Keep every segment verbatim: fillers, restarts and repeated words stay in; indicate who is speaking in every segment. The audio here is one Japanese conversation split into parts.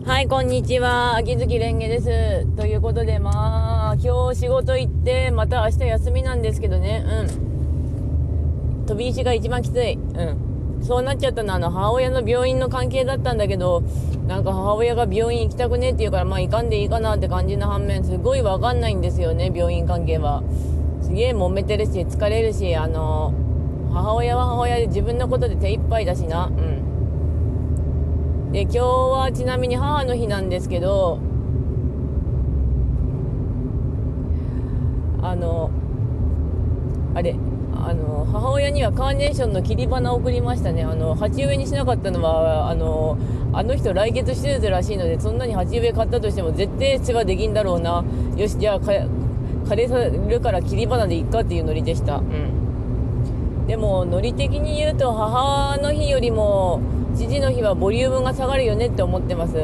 Speaker 1: はい、こんにちは。秋月蓮華です。ということで、まあ、今日仕事行って、また明日休みなんですけどね、うん。飛び石が一番きつい。うん。そうなっちゃったのは、あの、母親の病院の関係だったんだけど、なんか母親が病院行きたくねって言うから、まあ、行かんでいいかなって感じの反面、すごいわかんないんですよね、病院関係は。すげえ揉めてるし、疲れるし、あの、母親は母親で自分のことで手一杯だしな。うん。で、今日はちなみに母の日なんですけど、あの、あれ、あの、母親にはカーネーションの切り花を送りましたね。あの、鉢植えにしなかったのは、あの、あの人来月手術らしいので、そんなに鉢植え買ったとしても絶対世話できんだろうな。よし、じゃあ、枯れされるから切り花でいっかっていうノリでした。うん。でも、ノリ的に言うと、母の日よりも、父の日はボリュームが下がるよねって思ってます。うん。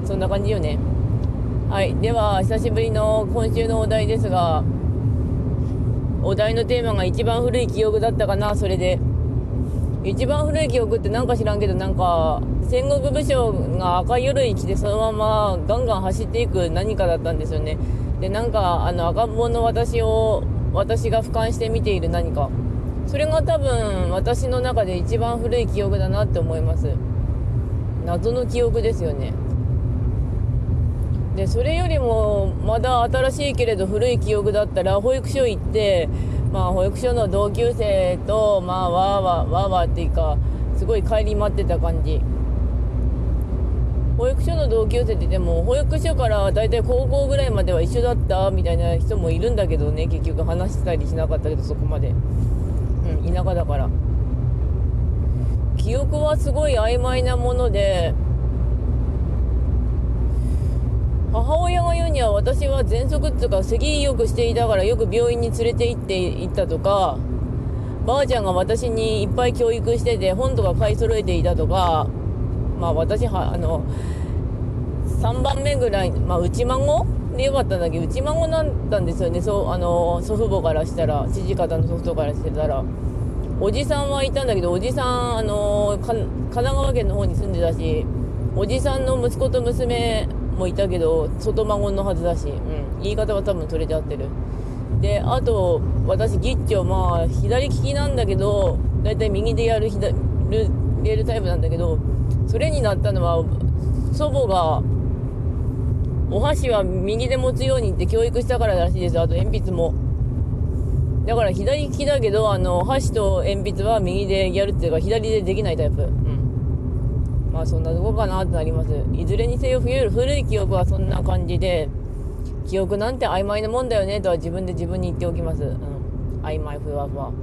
Speaker 1: そんな感じよね。はい。では、久しぶりの今週のお題ですが、お題のテーマが一番古い記憶だったかな。それで一番古い記憶ってなんか知らんけど、なんか戦国武将が赤い鎧着てそのままガンガン走っていく何かだったんですよね。で、なんかあの赤ん坊の私を私が俯瞰して見ている何か、それが多分私の中で一番古い記憶だなって思います。謎の記憶ですよね。で、それよりもまだ新しいけれど古い記憶だったら、保育所行って、まあ保育所の同級生と、まあわーわーわーわーっていうか、すごい帰り待ってた感じ。保育所の同級生って言っても、保育所からだいたい高校ぐらいまでは一緒だったみたいな人もいるんだけどね、結局話したりしなかったけど、そこまで。うん、田舎だから。記憶はすごい曖昧なもので、母親が言うには、私は喘息っていうか咳よくしていたからよく病院に連れて行って行ったとか、ばあちゃんが私にいっぱい教育してて本とか買い揃えていたとか、まあ私はあのさんばんめぐらい、まあ内孫でよかったんだけど、内孫なんだんですよね。そう、あの祖父母からしたら、父方の祖父母からしてたら、おじさんはいたんだけど、おじさんあの神奈川県の方に住んでたし、おじさんの息子と娘もいたけど外孫のはずだし、うん、言い方は多分それで合ってる。で、あと私ギッチョ、まあ左利きなんだけど、だいたい右でやる左やるタイプなんだけど、それになったのは祖母がお箸は右で持つようにって教育したかららしいです。あと鉛筆も。だから左利きだけど、あの箸と鉛筆は右でやるっていうか、左でできないタイプ。うん。まあそんなとこかなってなります。いずれにせよ古い記憶はそんな感じで、記憶なんて曖昧なもんだよねとは自分で自分に言っておきます。うん。曖昧ふわふわ。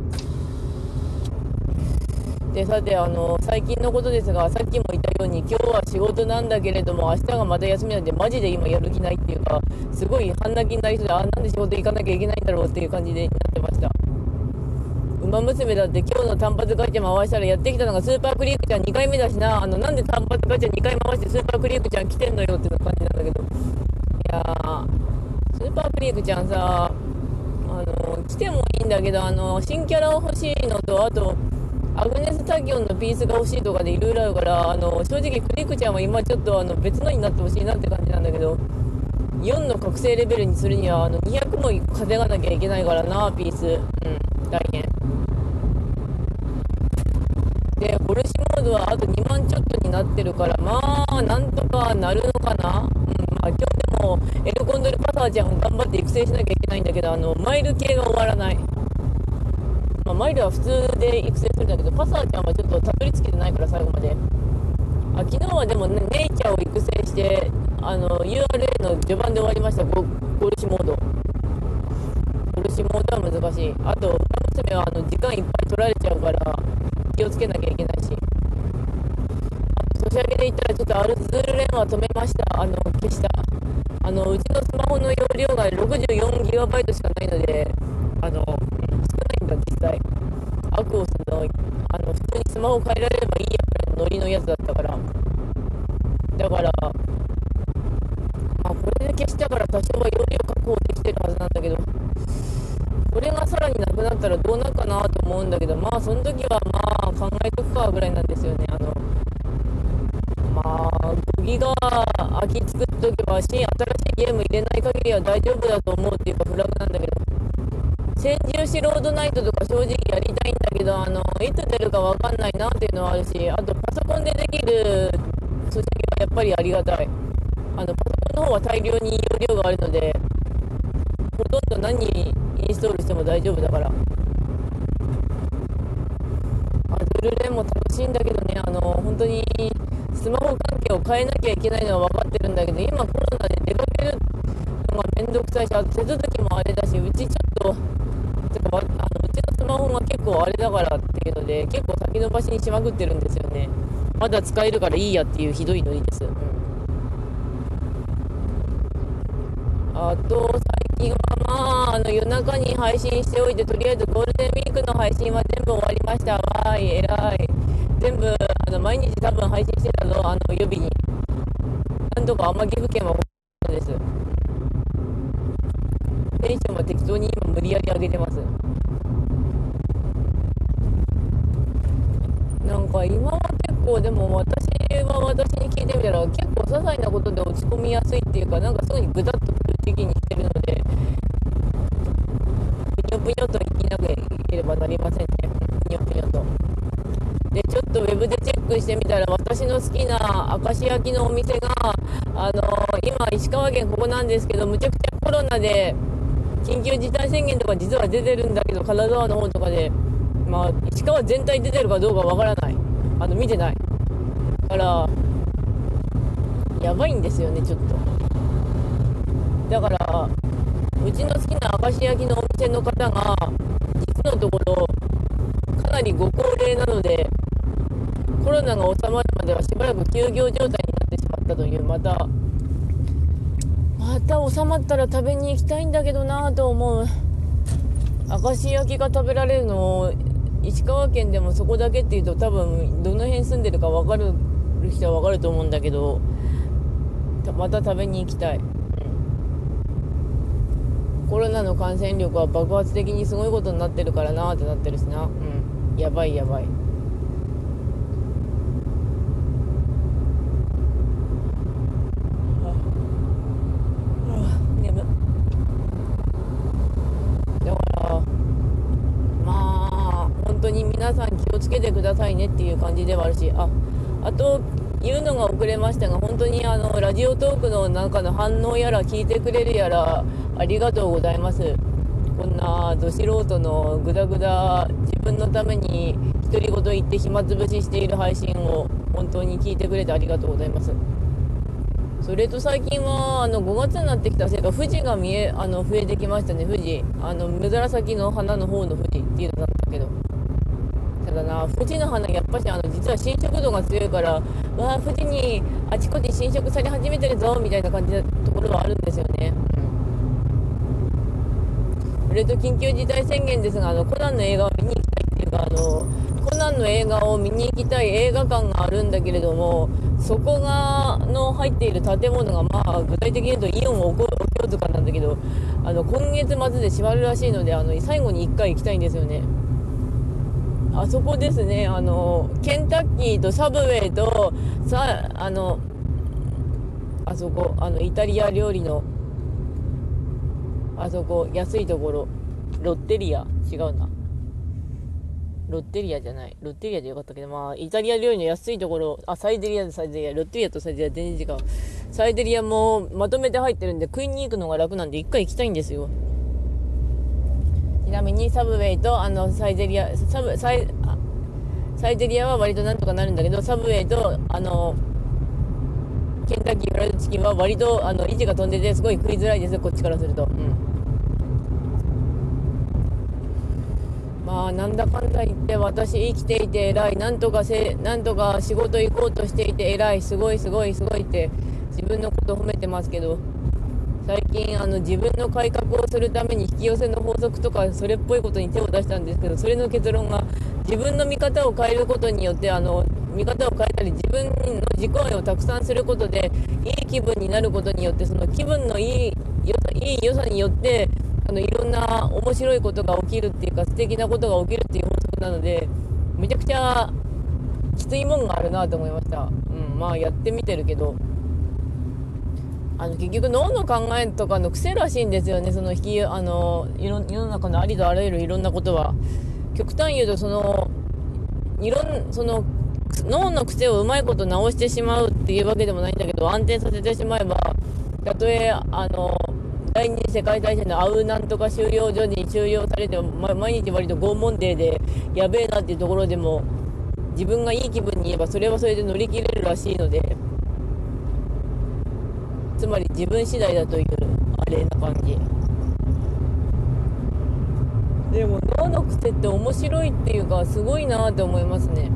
Speaker 1: で、さて、あの最近のことですが、さっきも言ったように今日は仕事なんだけれども、明日がまた休みなんで、マジで今やる気ないっていうか、すごい半泣きになりそうで、あ、なんで仕事行かなきゃいけないんだろうっていう感じでなってました。馬娘だって今日の単発ガチャ回したらやってきたのがスーパークリークちゃんにかいめだしな。あのなんで単発ガチャにかい回してスーパークリークちゃん来てんのよっていう感じなんだけど、いやー、スーパークリークちゃんさ、あの来てもいいんだけど、あの新キャラ欲しいのと、あとアグネス・タキオンのピースが欲しいとかでいろいろあるから、あの正直クリークちゃんは今ちょっとあの別のになってほしいなって感じなんだけど、よんの覚醒レベルにするにはあのにひゃくも稼がなきゃいけないからな、ピース。うん、大変で、ホルシモードはあとにまんちょっとになってるから、まあなんとかなるのかな。うん、まあ今日でもエルコンドルパサーちゃんを頑張って育成しなきゃいけないんだけど、あのマイル系が終わらない。まあ、マイルは普通で育成するんだけど、パサーちゃんはちょっとたどり着けてないから、最後まで。あ、昨日はでも、ね、ネイチャーを育成して、あの ユーアールエー の序盤で終わりました。ゴゴルシモード。ゴルシモードは難しい。あと、娘はあの時間いっぱい取られちゃうから気をつけなきゃいけないし。年明けで言ったら、ちょっとアルズールレンは止めました。あの消した。あのうちのスマホの容量が ろくじゅうよんギガバイト しかないので、あの、うん、少ないんだ実際。アクオスの、あの普通にスマホ変えられればいいやぐらいのノリのやつだったから。だから、まあ、これで消したから多少は容量確保できてるはずなんだけど、これがさらになくなったらどうなるかなと思うんだけど、まあその時はまあ考えとくかぐらいなんですよね。あのまあギガ空き作っとけば新新しいゲーム入れない限りは大丈夫だと思うっていうかフラグなんだけど、先住士ロードナイトとか正直やりたいんだけど、あのいつ出るかわかんないなっていうのはあるし、あとパソコンでできるソシャゲはやっぱりありがたい。あのパソコンの方は大量に容量があるので、ほとんど何インストールしても大丈夫だから。アドルレンも楽しいんだけどね、あの本当にスマホ関係を変えなきゃいけないのは分かってるんだけど、今コロナで出かけるのがめんどくさいし、あと手続きもあれだし、うちちょっとてかあのうちのスマホが結構あれだからっていうので、結構先延ばしにしまくってるんですよね。まだ使えるからいいやっていうひどいノリです、うん、あと最近はまあ、あの夜中に配信しておいて、とりあえずゴールデンウィークの配信は全部終わりました。わーい、えらい。全部あの毎日多分配信してたの、あの予備になんとか天岐阜県はそうです。テンションは適当に今無理やり上げてます。なんか今は結構、でも私は私に聞いてみたら結構些細なことで落ち込みやすいっていうか、なんかすぐにグタッとくる時期にしてるので、ぷにょぷにょと生きなければなりませんね。ぷにょぷにょと。でちょっとウェブでチェックしてみたら、私の好きな明石焼きのお店が、あのー、今石川県ここなんですけど、むちゃくちゃコロナで緊急事態宣言とか実は出てるんだけど、金沢の方とかで、まあ石川全体出てるかどうかわからない、あの見てないからやばいんですよね、ちょっと。だからうちの好きな明石焼きのお店の方が実のところかなりご高齢なので、コロナが収まるまではしばらく休業状態になってしまったという、またまた収まったら食べに行きたいんだけどなぁと思う。明石焼きが食べられるの石川県でもそこだけっていうと、多分どの辺住んでるか分かる人は分かると思うんだけど、また食べに行きたい。コロナの感染力は爆発的にすごいことになってるからなーってなってるしな。うん、やばいやばい。眠っ。だからまあ本当に皆さん気をつけてくださいねっていう感じではあるし、ああと言うのが遅れましたが、本当にあのラジオトークの中の反応やら聞いてくれるやらありがとうございます。こんなど素人のグダグダ自分のために独り言言って暇つぶししている配信を本当に聞いてくれてありがとうございます。それと最近はあのごがつになってきたせいか、富士が見えあの増えてきましたね。富士、あの紫の花の方の富士っていうのなんだけど、ただな、富士の花やっぱしあの実は侵食度が強いから、わあ富士にあちこち侵食され始めてるぞみたいな感じなところはあるんですよね。それと緊急事態宣言ですが、あのコナンの映画を見に行きたいっていうか、あのコナンの映画を見に行きたい映画館があるんだけれども、そこがの入っている建物が、まあ具体的に言うとイオンお京塚なんだけど、あの今月末で閉まるらしいので、あの最後にいっかい行きたいんですよね。あそこですね、あのケンタッキーとサブウェイとさあのあそこ、あのイタリア料理のあそこ安いところ、ロッテリア、違うな、ロッテリアじゃない、ロッテリアでよかったけど、まあイタリア料理の安いところ、あサイゼリアでサイゼリア、ロッテリアとサイゼリア全然違う。サイゼリアもまとめて入ってるんで食いに行くのが楽なんで一回行きたいんですよ。ちなみにサブウェイとあのサイゼリアサブサイサイゼリアは割となんとかなるんだけど、サブウェイとあのケンタッキーフライドチキンは割とあの位置が飛んでてすごい食いづらいです、こっちからすると。うん、まあなんだかんだ言って私生きていて偉い、なんとかせなんとか仕事行こうとしていて偉い、すごいすごいすごいって自分のことを褒めてますけど、最近あの自分の改革をするために引き寄せの法則とかそれっぽいことに手を出したんですけど、それの結論が自分の見方を変えることによって、あの見方を変えたり自分の自己愛をたくさんすることでいい気分になることによって、その気分のいい良さ、いい良さによってあのいろんな面白いことが起きるっていうか素敵なことが起きるっていう法則なので、めちゃくちゃきついもんがあるなと思いました。うん、まあやってみてるけど、 あの結局脳の考えとかの癖らしいんですよね。その引きあの世の世の中のありとあらゆるいろんなことは、極端に言うとそのいろんその脳の癖をうまいこと直してしまうっていうわけでもないんだけど、安定させてしまえば、たとえあの第二次世界大戦のアウなんとか収容所に収容されて、ま、毎日割と拷問デーでやべえなっていうところでも、自分がいい気分に言えばそれはそれで乗り切れるらしいので、つまり自分次第だというあれな感じで。も脳の癖って面白いっていうか、すごいなって思いますね。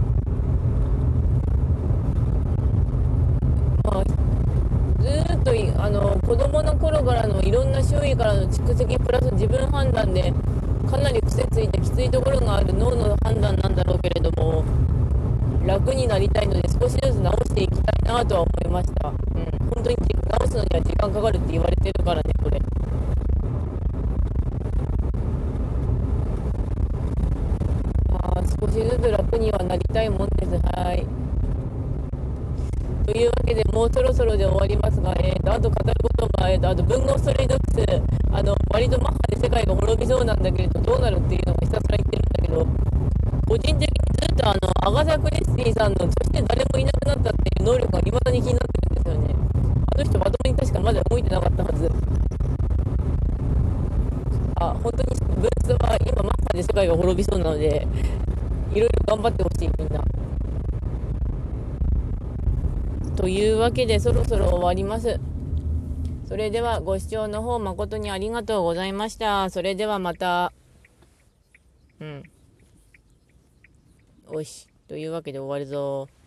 Speaker 1: まあ、ずーっといあの子供の頃からのいろんな周囲からの蓄積プラス自分判断で、かなり癖ついてきついところがある脳の判断なんだろうけれども、楽になりたいので少しずつ直していきたいなとは思いました。うん、本当に直すのには時間かかるって言われてるからね、これ。あー少しずつ楽にはなりたいもんです。はい。というわけで、もうそろそろで終わりますが、えーと、あと語ることが、えーと、あと文豪ストレイドックス、あの、割とマッハで世界が滅びそうなんだけれど、どうなるっていうのがひたすら言ってるんだけど、個人的にずっとあの、アガサ・クリスティさんの、そして誰もいなくなったっていう能力が未だに気になってるんですよね。あの人、まともに確かまだ動いてなかったはず。あ、本当に、ブースは今マッハで世界が滅びそうなので、いろいろ頑張ってほしい、みんな。というわけで、そろそろ終わります。それではご視聴の方誠にありがとうございました。それではまた。うん。おし。というわけで終わるぞ。